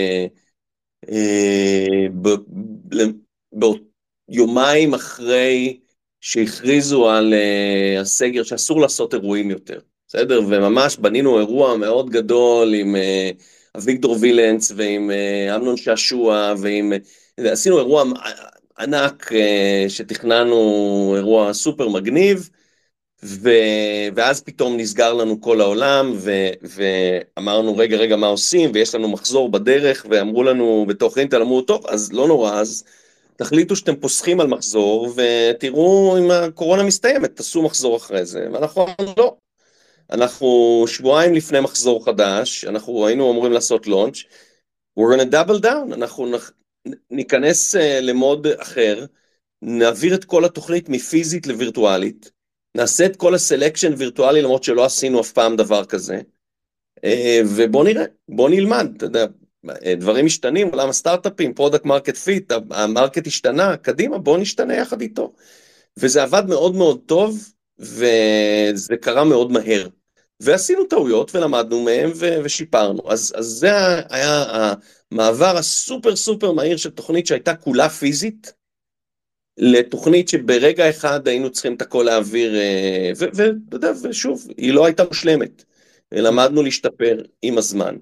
B: ביומיים אחרי שהכריזו על הסגר שאסור לעשות אירועים יותר, בסדר? וממש בנינו אירוע מאוד גדול עם אביגדור וילנץ ועם אמנון שעשוע ועם, עשינו אירוע ענק שתכננו, אירוע סופר מגניב, ו... ואז פתאום נסגר לנו כל העולם, ו... ואמרנו רגע רגע מה עושים, ויש לנו מחזור בדרך, ואמרו לנו בתוך אינטל, אמרו טוב, אז לא נורא, אז תחליטו שאתם פוסחים על מחזור, ותראו אם הקורונה מסתיימת, תעשו מחזור אחרי זה, ואנחנו לא. אנחנו שבועיים לפני מחזור חדש, אנחנו היינו אמורים לעשות לונץ', we're gonna double down, אנחנו נ... ניכנס למוד אחר, נעביר את כל התוכנית מפיזית לווירטואלית, נעשה את כל הסלקשן וירטואלי, למרות שלא עשינו אף פעם דבר כזה, ובוא נראה, בוא נלמד, אתה יודע, דברים משתנים, עולם הסטארט-אפים, פרודקט מרקט פיט, המרקט השתנה, קדימה, בוא נשתנה יחד איתו. וזה עבד מאוד מאוד טוב, וזה קרה מאוד מהר. ועשינו טעויות ולמדנו מהם ושיפרנו. אז, אז זה היה המעבר הסופר סופר מהיר של תוכנית שהייתה כולה פיזית, לתוכנית שברגע אחד היינו צריכים את הכל להעביר, ואתה יודע, ושוב, היא לא הייתה מושלמת. למדנו להשתפר עם הזמן.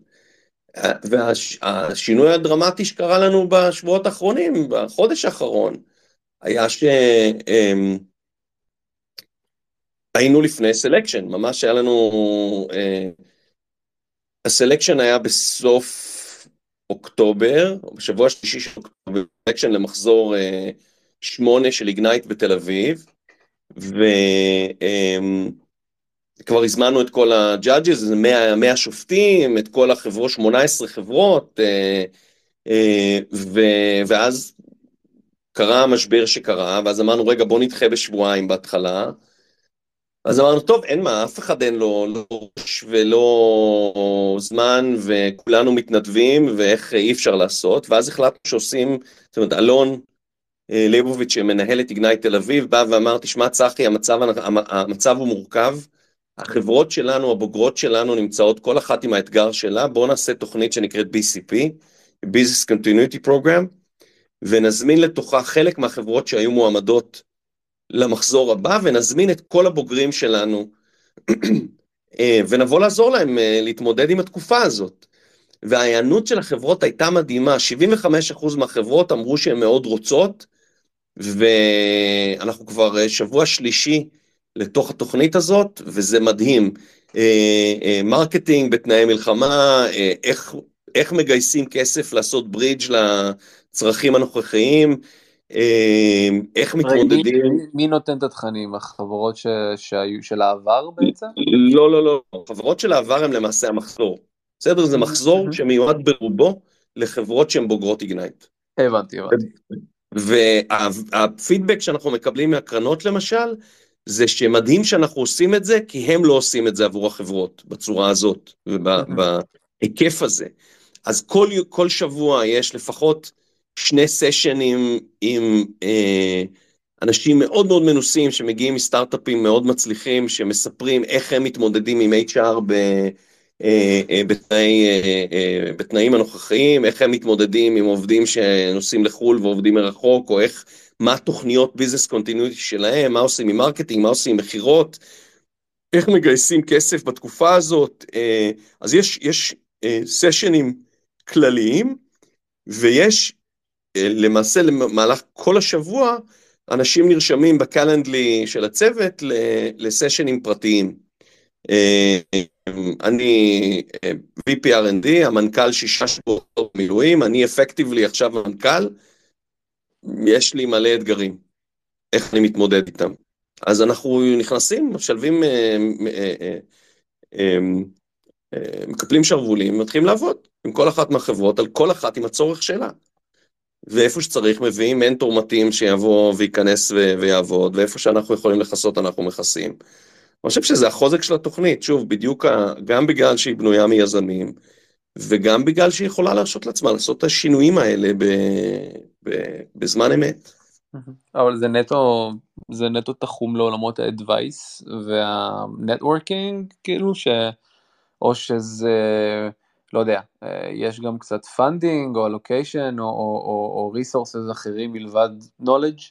B: והשינוי הדרמטי שקרה לנו בשבועות האחרונים, בחודש האחרון, היה שהיינו לפני סלקשן, ממש היה לנו, הסלקשן היה בסוף אוקטובר, בשבוע השלישי של אוקטובר, סלקשן למחזור שמונה של איגנייט בתל אביב, וכבר הזמנו את כל הג'אדג'ס, זה מאה שופטים, את כל החברות, שמונה עשרה חברות, ואז קרה המשבר שקרה, ואז אמרנו, רגע, בוא נדחה בשבועיים בהתחלה, אז אמרנו, טוב, אין מה, אף אחד אין לו ראש ולא זמן, וכולנו מתנדבים, ואיך אי אפשר לעשות, ואז החלטנו שעושים, זאת אומרת, אלון ליבוביץ' שמנהל את איגנייט תל אביב, בא ואמר, תשמע צחי, המצב, המצב הוא מורכב, החברות שלנו, הבוגרות שלנו נמצאות כל אחת עם האתגר שלה, בואו נעשה תוכנית שנקראת בי סי פי, Business Continuity Program, ונזמין לתוכה חלק מהחברות שהיו מועמדות למחזור הבא, ונזמין את כל הבוגרים שלנו, ונבוא לעזור להם להתמודד עם התקופה הזאת. וההיענות של החברות הייתה מדהימה, שבעים וחמישה אחוז מהחברות אמרו שהן מאוד רוצות, ואנחנו כבר שבוע שלישי לתוך התוכנית הזאת, וזה מדהים. מרקטינג בתנאי מלחמה, איך איך מגייסים כסף לעשות ברידג' לצרכים הנוכחיים, איך
A: רגע, מי,
B: מתמודדים.
A: מי, מי נותן את התכנים? החברות ש, שהיו של העבר בעצם?
B: לא, לא, לא, חברות של העבר הם למעשה המחזור. בסדר? זה מחזור שמיועד ברובו לחברות שהן בוגרות איגנייט.
A: הבנתי, הבנתי.
B: והפידבק שאנחנו מקבלים מהקרנות למשל, זה שמדהים שאנחנו עושים את זה, כי הם לא עושים את זה עבור החברות, בצורה הזאת, ובהיקף הזה. אז כל, כל שבוע יש לפחות שני סשנים עם אה, אנשים מאוד מאוד מנוסים, שמגיעים מסטארט-אפים מאוד מצליחים, שמספרים איך הם מתמודדים עם אייץ' אר ב... בתנאי, בתנאים הנוכחיים, איך הם מתמודדים עם עובדים שנוסעים לחול ועובדים מרחוק, או איך, מה תוכניות ביזנס קונטיניוטי שלהם, מה עושים עם מרקטינג, מה עושים עם מחירות, איך מגייסים כסף בתקופה הזאת. אז יש, יש סשנים כלליים, ויש למעשה למהלך כל השבוע, אנשים נרשמים בקלנדלי של הצוות לסשנים פרטיים. אני וי פי אר אנד די, המנכ"ל שישה שבועות מילואים, אני אפקטיבלי עכשיו המנכ"ל, יש לי מלא אתגרים, איך אני מתמודד איתם. אז אנחנו נכנסים, משלבים, מקפלים שרבולים, מתחילים לעבוד עם כל אחת מהחברות, על כל אחת עם הצורך שלה. ואיפה שצריך מביאים מנטור מתאים שיבוא וייכנס ויעבוד, ואיפה שאנחנו יכולים לחסות אנחנו מכסים. אני חושב שזה החוזק של התוכנית, שוב, בדיוק גם בגלל שהיא בנויה מיזמים, וגם בגלל שהיא יכולה להרשות לעצמה לעשות את השינויים האלה ב, ב, בזמן אמת.
A: אבל זה נטו, זה נטו תחום לעולמות האדווייס והנטוורקינג, כאילו ש... או שזה, לא יודע, יש גם קצת פנדינג או אלוקיישן או, או, או, או ריסורסס אחרים מלבד knowledge?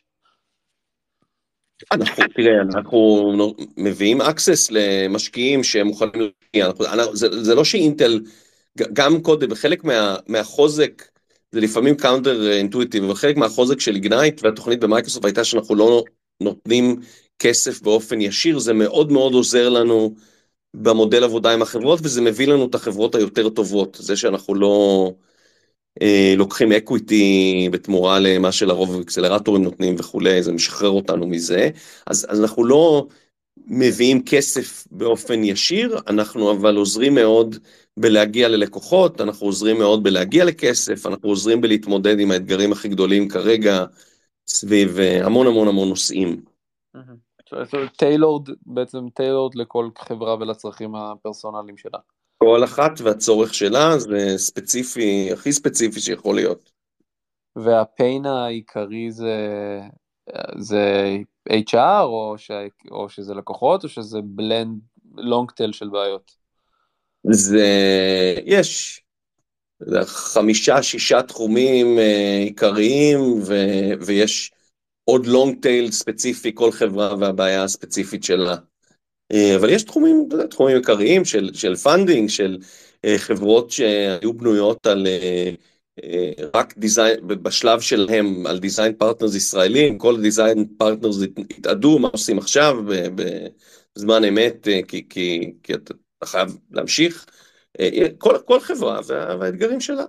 B: אנחנו, תראה, אנחנו מביאים access למשקיעים שהם מוכנים להגיע, זה, זה לא שאינטל, גם קודם, חלק מה, מהחוזק, זה לפעמים קאונטר אינטואיטיב, אבל חלק מהחוזק של איגנייט והתוכנית במייקרוסופט הייתה שאנחנו לא נותנים כסף באופן ישיר, זה מאוד מאוד עוזר לנו במודל עבודה עם החברות, וזה מביא לנו את החברות היותר טובות, זה שאנחנו לא אה, לוקחים אקוויטי בתמורה למה שלרוב אקסלרטורים נותנים וכולי, זה משחרר אותנו מזה, אז, אז אנחנו לא מביאים כסף באופן ישיר, אנחנו אבל עוזרים מאוד בלהגיע ללקוחות, אנחנו עוזרים מאוד בלהגיע לכסף, אנחנו עוזרים בלהתמודד עם האתגרים הכי גדולים כרגע, סביב המון המון המון נושאים.
A: טיילורד, בעצם טיילורד לכל חברה ולצרכים הפרסונליים שלה.
B: כל אחת והצורך שלה זה ספציפי, הכי ספציפי שיכול להיות.
A: והפיין העיקרי זה, זה אייץ' אר או, ש, או שזה לקוחות או שזה בלנד לונג טייל של בעיות?
B: זה, יש חמישה, שישה תחומים עיקריים ו, ויש עוד לונג טייל ספציפי, כל חברה והבעיה הספציפית שלה. אבל יש תחומים, תחומים עיקריים של, של פנדינג, של חברות שהיו בנויות על רק דיזיין, בשלב שלהם, על דיזיין פרטנרס ישראלים, כל דיזיין פרטנרס התעדו, מה עושים עכשיו, בזמן אמת, כי, כי, כי אתה חייב להמשיך. כל, כל חברה וה, והאתגרים שלה.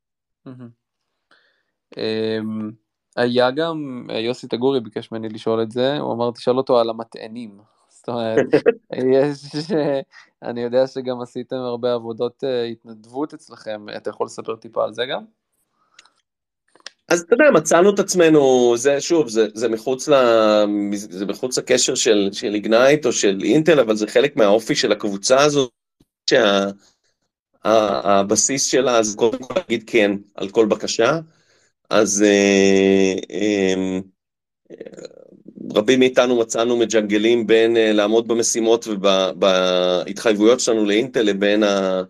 A: היה גם, יוסי תגורי ביקש ממני לשאול את זה, הוא אמר, תשאל אותו על המטענים. זאת אומרת, יש, אני יודע שגם עשיתם הרבה עבודות התנדבות אצלכם, אתה יכול לספר טיפה על זה גם?
B: אז אתה יודע, מצאנו את עצמנו, זה שוב, זה, זה מחוץ ל, זה מחוץ לקשר של, של איגנייט או של אינטל, אבל זה חלק מהאופי של הקבוצה הזו, שהבסיס שלה זה קודם כל להגיד כן על כל בקשה, אז אה, אה, רבים מאיתנו מצאנו מג'נגלים בין uh, לעמוד במשימות ובהתחייבויות שלנו לאינטל לבין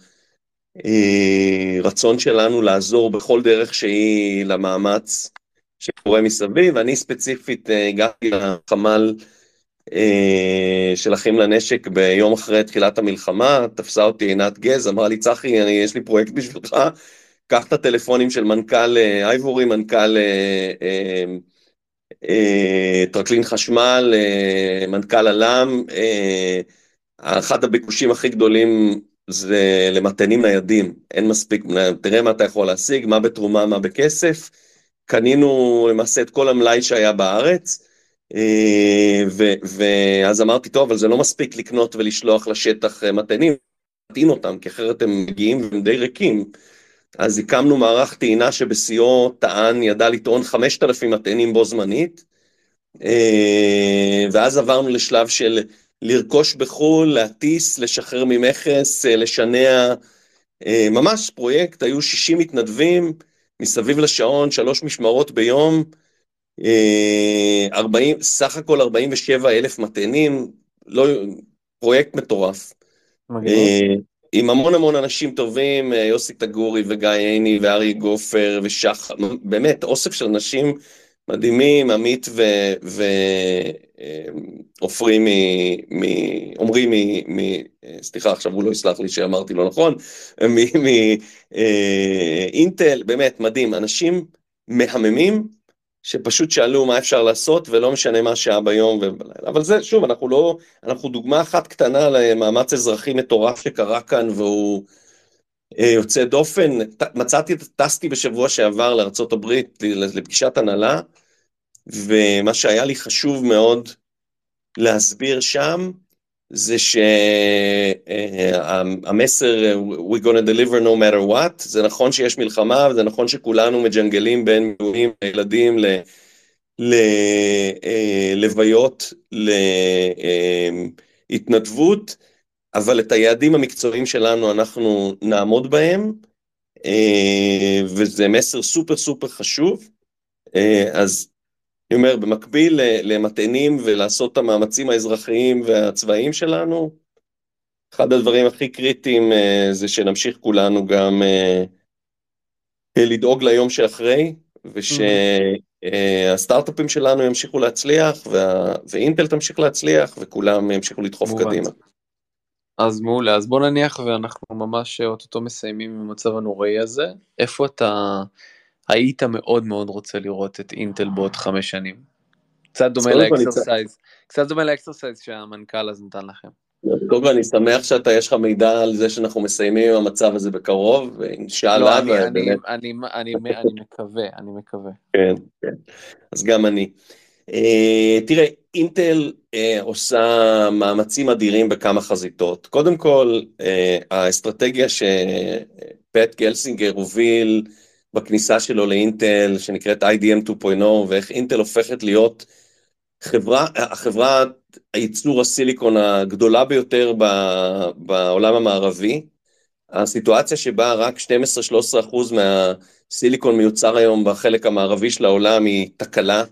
B: הרצון שלנו לעזור בכל דרך שהיא למאמץ שקורה מסביב. אני ספציפית uh, הגעתי לחמ"ל uh, של אחים לנשק ביום אחרי תחילת המלחמה, תפסה אותי עינת גז, אמרה לי צחי, אני, יש לי פרויקט בשבילך, קח את הטלפונים של מנכ"ל uh, אייבורי, מנכ"ל uh, uh, טרקלין חשמל, מנכ"ל אלם, אחד הביקושים הכי גדולים זה למתנים ניידים, אין מספיק, תראה מה אתה יכול להשיג, מה בתרומה, מה בכסף, קנינו למעשה את כל המלאי שהיה בארץ, ו- ואז אמרתי, טוב, אבל זה לא מספיק לקנות ולשלוח לשטח מתנים, להטעין אותם, כי אחרת הם מגיעים והם די ריקים, אז הקמנו מערך טעינה שבשיאו טען, ידע לטעון חמשת אלפים מטענים בו זמנית, ואז עברנו לשלב של לרכוש בחול, להטיס, לשחרר ממכס, לשנע, ממש פרויקט, היו שישים מתנדבים, מסביב לשעון, שלוש משמרות ביום, ארבעים, סך הכל ארבעים ושבעה אלף מטענים, לא, פרויקט מטורף.
A: מגניב.
B: עם המון המון אנשים טובים, יוסי תגורי וגיא עיני וארי גופר ושחר, באמת אוסף של אנשים מדהימים, עמית ועופרי מ... עומרי מ... סליחה, עכשיו הוא לא יסלח לי שאמרתי לא נכון, מאינטל, באמת מדהים, אנשים מהממים שפשוט שאלו מה אפשר לעשות ולא משנה מה שעה ביום ובלילה, אבל זה שוב, אנחנו לא, אנחנו דוגמה אחת קטנה למאמץ אזרחי מטורף שקרה כאן והוא יוצא דופן. מצאתי, טסתי בשבוע שעבר לארצות הברית לפגישת הנהלה, ומה שהיה לי חשוב מאוד להסביר שם, זה שהמסר we gonna deliver no matter what, זה נכון שיש מלחמה, וזה נכון שכולנו מג'נגלים בין מילואים לילדים ללוויות, להתנדבות, אבל את היעדים המקצועיים שלנו אנחנו נעמוד בהם, וזה מסר סופר סופר חשוב. אז אני אומר, במקביל למטענים ולעשות את המאמצים האזרחיים והצבאיים שלנו, אחד הדברים הכי קריטיים זה שנמשיך כולנו גם לדאוג ליום שאחרי, ושהסטארט-אפים שלנו ימשיכו להצליח, ואינטל תמשיך להצליח, וכולם ימשיכו לדחוף קדימה.
A: אז מעולה, אז בוא נניח ואנחנו ממש אוטוטו מסיימים עם המצב הנוראי הזה, איפה אתה היית מאוד מאוד רוצה לראות את אינטל בעוד חמש שנים? קצת דומה לאקסרסייז, קצת דומה לאקסרסייז שהמנכ"ל אז נתן לכם.
B: טוב, אני שמח שאתה, יש לך מידע על זה שאנחנו מסיימים עם המצב הזה בקרוב, ואינשאללה.
A: לא, אני, אני, אני, אני מקווה, אני מקווה.
B: כן, כן. אז גם אני. תראה, אינטל עושה מאמצים אדירים בכמה חזיתות. קודם כל, האסטרטגיה שפט גלסינגר הוביל בכניסה שלו לאינטל, שנקראת איי די אם שתיים נקודה אפס, ואיך אינטל הופכת להיות חברה, החברה הייצור הסיליקון הגדולה ביותר בעולם המערבי, הסיטואציה שבה רק שתים עשרה שלוש עשרה אחוז מהסיליקון מיוצר היום בחלק המערבי של העולם היא תקלה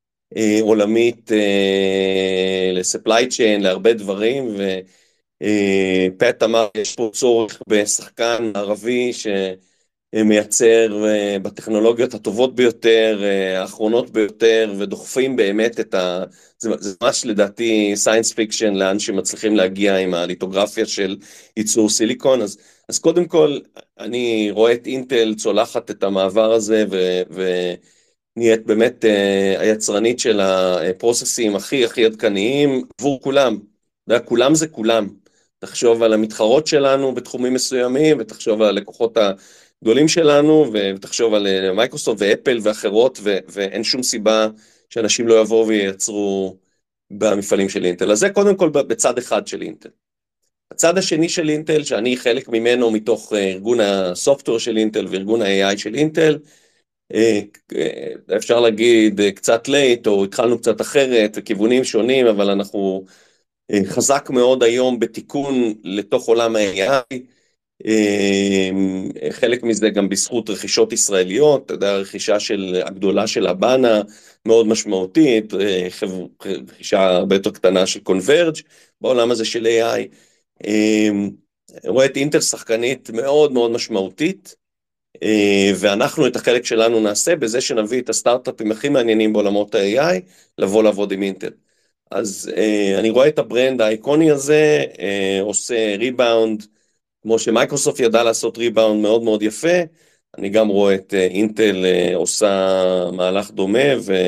B: עולמית ל-supply chain, להרבה דברים, ופט אמר, יש פה צורך בשחקן ערבי שמייצר בטכנולוגיות הטובות ביותר, האחרונות ביותר, ודוחפים באמת את ה... זה, זה ממש לדעתי science fiction לאן שמצליחים להגיע עם הליטוגרפיה של ייצור סיליקון. אז, אז קודם כל, אני רואה את אינטל צולחת את המעבר הזה, ו... ו נהיית באמת uh, היצרנית של הפרוססים הכי הכי עדכניים עבור כולם. יודע, כולם זה כולם. תחשוב על המתחרות שלנו בתחומים מסוימים, ותחשוב על הלקוחות הגדולים שלנו, ותחשוב על מייקרוסופט ואפל ואחרות, ו- ואין שום סיבה שאנשים לא יבואו וייצרו במפעלים של אינטל. אז זה קודם כל בצד אחד של אינטל. הצד השני של אינטל, שאני חלק ממנו מתוך ארגון הסופטוור של אינטל וארגון ה-איי איי של אינטל, אפשר להגיד קצת לייט, או התחלנו קצת אחרת, כיוונים שונים, אבל אנחנו חזק מאוד היום בתיקון לתוך עולם ה-איי איי, חלק מזה גם בזכות רכישות ישראליות, אתה יודע, רכישה של, הגדולה של הבנה, מאוד משמעותית, רכישה הרבה יותר קטנה של קונברג' בעולם הזה של איי איי, רואה את אינטל שחקנית מאוד מאוד משמעותית, ואנחנו את החלק שלנו נעשה בזה שנביא את הסטארט-אפים הכי מעניינים בעולמות ה-איי איי, לבוא לעבוד עם אינטל. אז אני רואה את הברנד האיקוני הזה, עושה ריבאונד, כמו שמייקרוסופט ידע לעשות ריבאונד מאוד מאוד יפה, אני גם רואה את אינטל עושה מהלך דומה,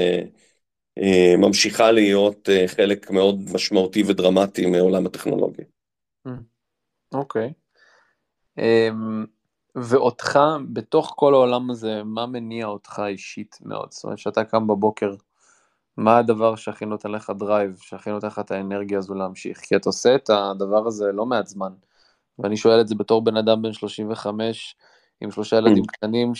B: וממשיכה להיות חלק מאוד משמעותי ודרמטי מעולם הטכנולוגיה.
A: אוקיי. אמ, ואותך, בתוך כל העולם הזה, מה מניע אותך אישית מאוד? זאת אומרת, שאתה קם בבוקר, מה הדבר שהכי נותן לך דרייב, שהכי נותן לך את האנרגיה הזו להמשיך? כי אתה עושה את הדבר הזה לא מעט זמן, ואני שואל את זה בתור בן אדם בן שלושים וחמש, עם שלושה ילדים קטנים,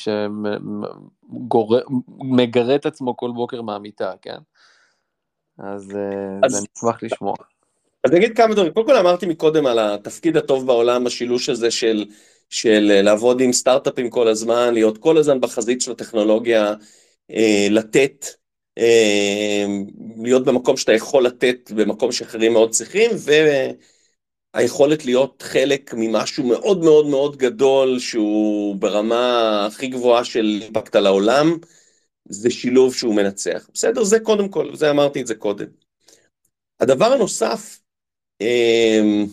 A: שמגרה את עצמו כל בוקר מהמיטה, כן? אז
B: אז
A: אני אשמח לשמוע.
B: אז אני אגיד כמה דברים. קודם כל אמרתי מקודם על התפקיד הטוב בעולם, השילוש הזה של, של לעבוד עם סטארט-אפים כל הזמן, להיות כל הזמן בחזית של הטכנולוגיה, אה, לתת, אה, להיות במקום שאתה יכול לתת, במקום שאחרים מאוד צריכים, והיכולת להיות חלק ממשהו מאוד מאוד מאוד גדול, שהוא ברמה הכי גבוהה של אימפקט על העולם, זה שילוב שהוא מנצח. בסדר? זה קודם כל, זה אמרתי את זה קודם. הדבר הנוסף, אמ,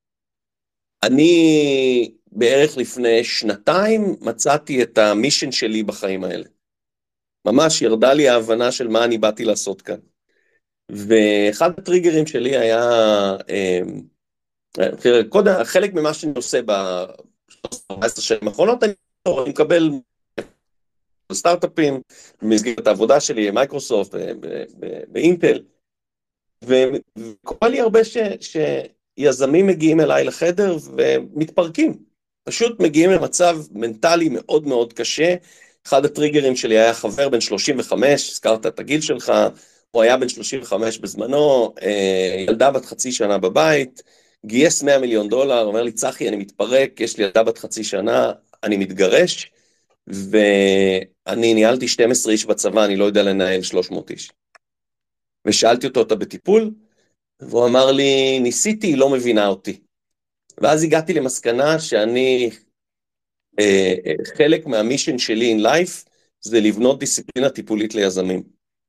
B: אני בערך לפני שנתיים מצאתי את המישן שלי בחיים האלה. ממש ירדה לי ההבנה של מה אני באתי לעשות כאן. ואחד הטריגרים שלי היה, אמ, קודם, חלק ממה שאני עושה ב-שלוש עשרה שנים האחרונות, אני אני מקבל סטארט-אפים במסגרת העבודה שלי, מייקרוסופט, באינטל, וקורה לי הרבה ש, שיזמים מגיעים אליי לחדר ומתפרקים, פשוט מגיעים למצב מנטלי מאוד מאוד קשה. אחד הטריגרים שלי היה חבר בן שלושים וחמש, הזכרת את הגיל שלך, הוא היה בן שלושים וחמש בזמנו, ילדה בת חצי שנה בבית, גייס מאה מיליון דולר, אומר לי, צחי, אני מתפרק, יש לי ילדה בת חצי שנה, אני מתגרש, ואני ניהלתי שנים עשר איש בצבא, אני לא יודע לנהל שלוש מאות איש. ושאלתי אותו, אתה בטיפול? והוא אמר לי, ניסיתי, היא לא מבינה אותי. ואז הגעתי למסקנה שאני, אה, חלק מהמישן שלי in life, זה לבנות דיסציפלינה טיפולית ליזמים.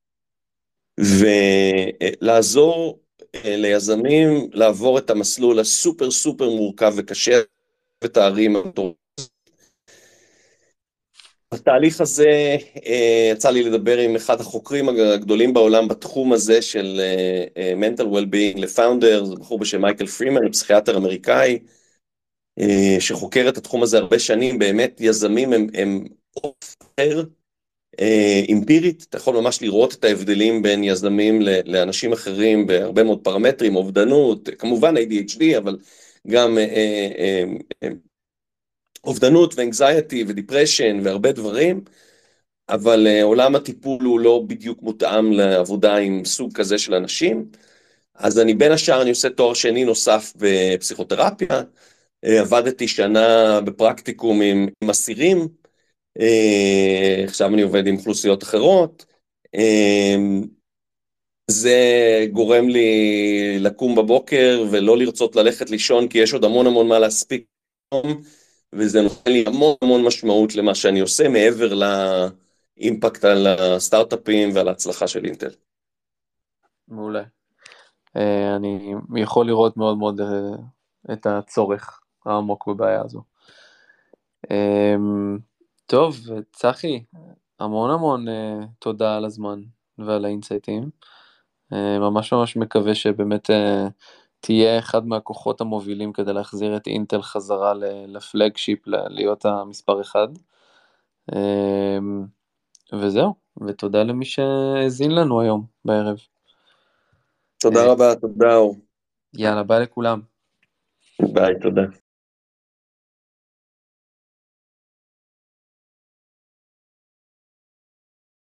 B: ולעזור ליזמים לעבור את המסלול הסופר סופר מורכב וקשה ותארים המטורף. בתהליך הזה יצא לי לדבר עם אחד החוקרים הגדולים בעולם בתחום הזה של mental well-being לפאונדר, זה בחור בשם מייקל פרימן, פסיכיאטר אמריקאי, שחוקר את התחום הזה הרבה שנים. באמת יזמים הם, הם אוף אחר, אמפירית, אתה יכול ממש לראות את ההבדלים בין יזמים לאנשים אחרים בהרבה מאוד פרמטרים, אובדנות, כמובן איי די אייץ' די, אבל גם אובדנות ואנגזייטי ודיפרשן והרבה דברים, אבל uh, עולם הטיפול הוא לא בדיוק מותאם לעבודה עם סוג כזה של אנשים. אז אני בין השאר, אני עושה תואר שני נוסף בפסיכותרפיה, uh, עבדתי שנה בפרקטיקום עם, עם אסירים, uh, עכשיו אני עובד עם אוכלוסיות אחרות, uh, זה גורם לי לקום בבוקר ולא לרצות ללכת לישון, כי יש עוד המון המון מה להספיק, וזה נותן לי המון המון משמעות למה שאני עושה, מעבר לאימפקט על הסטארט-אפים ועל ההצלחה של אינטל.
A: מעולה. אני יכול לראות מאוד מאוד את הצורך העמוק בבעיה הזו. טוב, צחי, המון המון תודה על הזמן ועל האינסייטים. ממש ממש מקווה שבאמת תהיה אחד מהכוחות המובילים כדי להחזיר את אינטל חזרה לפלגשיפ, להיות המספר אחד. וזהו, ותודה למי שהזין לנו היום בערב.
B: תודה רבה, תודה אור.
A: יאללה, ביי לכולם.
B: ביי, תודה.